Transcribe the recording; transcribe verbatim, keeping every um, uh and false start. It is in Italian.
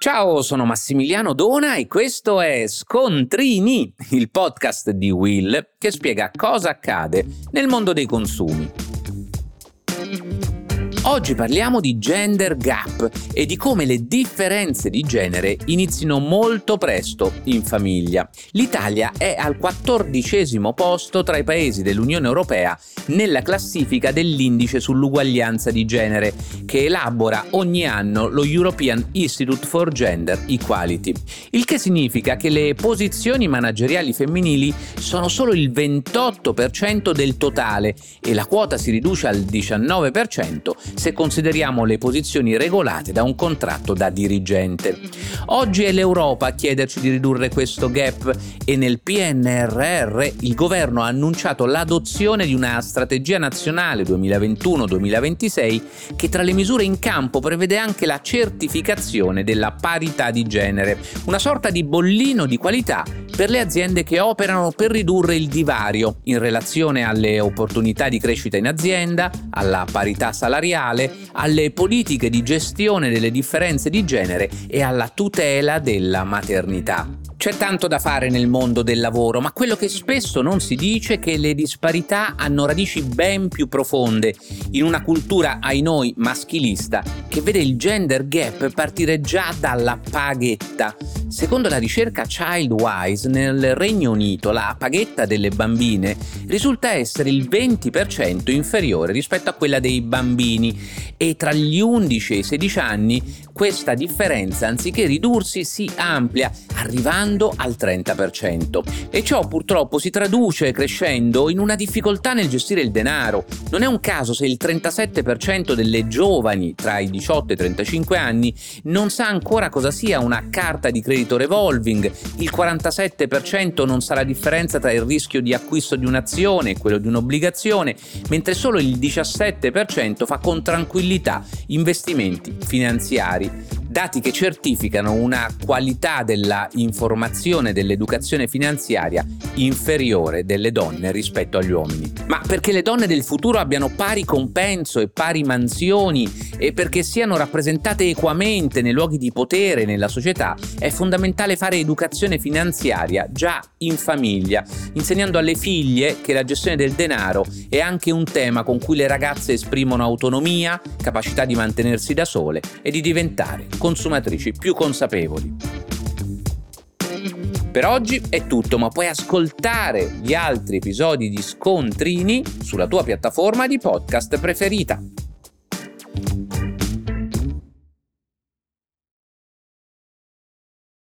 Ciao, sono Massimiliano Dona e questo è Scontrini, il podcast di Will che spiega cosa accade nel mondo dei consumi. Oggi parliamo di gender gap e di come le differenze di genere inizino molto presto in famiglia. L'Italia è al quattordicesimo posto tra i paesi dell'Unione Europea nella classifica dell'indice sull'uguaglianza di genere che elabora ogni anno lo European Institute for Gender Equality, il che significa che le posizioni manageriali femminili sono solo il ventotto per cento del totale e la quota si riduce al diciannove per cento se consideriamo le posizioni regolate da un contratto da dirigente. Oggi è l'Europa a chiederci di ridurre questo gap e nel P N R R il governo ha annunciato l'adozione di una strategia nazionale duemilaventuno duemilaventisei che tra le misure in campo prevede anche la certificazione della parità di genere, una sorta di bollino di qualità per le aziende che operano per ridurre il divario in relazione alle opportunità di crescita in azienda, alla parità salariale, alle politiche di gestione delle differenze di genere e alla tutela della maternità. C'è tanto da fare nel mondo del lavoro, ma quello che spesso non si dice è che le disparità hanno radici ben più profonde in una cultura, ai noi, maschilista, che vede il gender gap partire già dalla paghetta. Secondo la ricerca Childwise, nel Regno Unito la paghetta delle bambine risulta essere il venti per cento inferiore rispetto a quella dei bambini e tra gli undici e i sedici anni questa differenza, anziché ridursi, si amplia, arrivando al trenta per cento. E ciò purtroppo si traduce, crescendo, in una difficoltà nel gestire il denaro. Non è un caso se il trentasette per cento delle giovani tra i diciotto e i trentacinque anni non sa ancora cosa sia una carta di credito revolving, il quarantasette per cento non sa la differenza tra il rischio di acquisto di un'azione e quello di un'obbligazione, mentre solo il diciassette per cento fa con tranquillità investimenti finanziari. Dati che certificano una qualità della informazione e dell'educazione finanziaria inferiore delle donne rispetto agli uomini. Ma perché le donne del futuro abbiano pari compenso e pari mansioni e perché siano rappresentate equamente nei luoghi di potere nella società, è fondamentale fare educazione finanziaria già in famiglia, insegnando alle figlie che la gestione del denaro è anche un tema con cui le ragazze esprimono autonomia, capacità di mantenersi da sole e di diventare consumatrici più consapevoli. Per oggi è tutto, ma puoi ascoltare gli altri episodi di Scontrini sulla tua piattaforma di podcast preferita.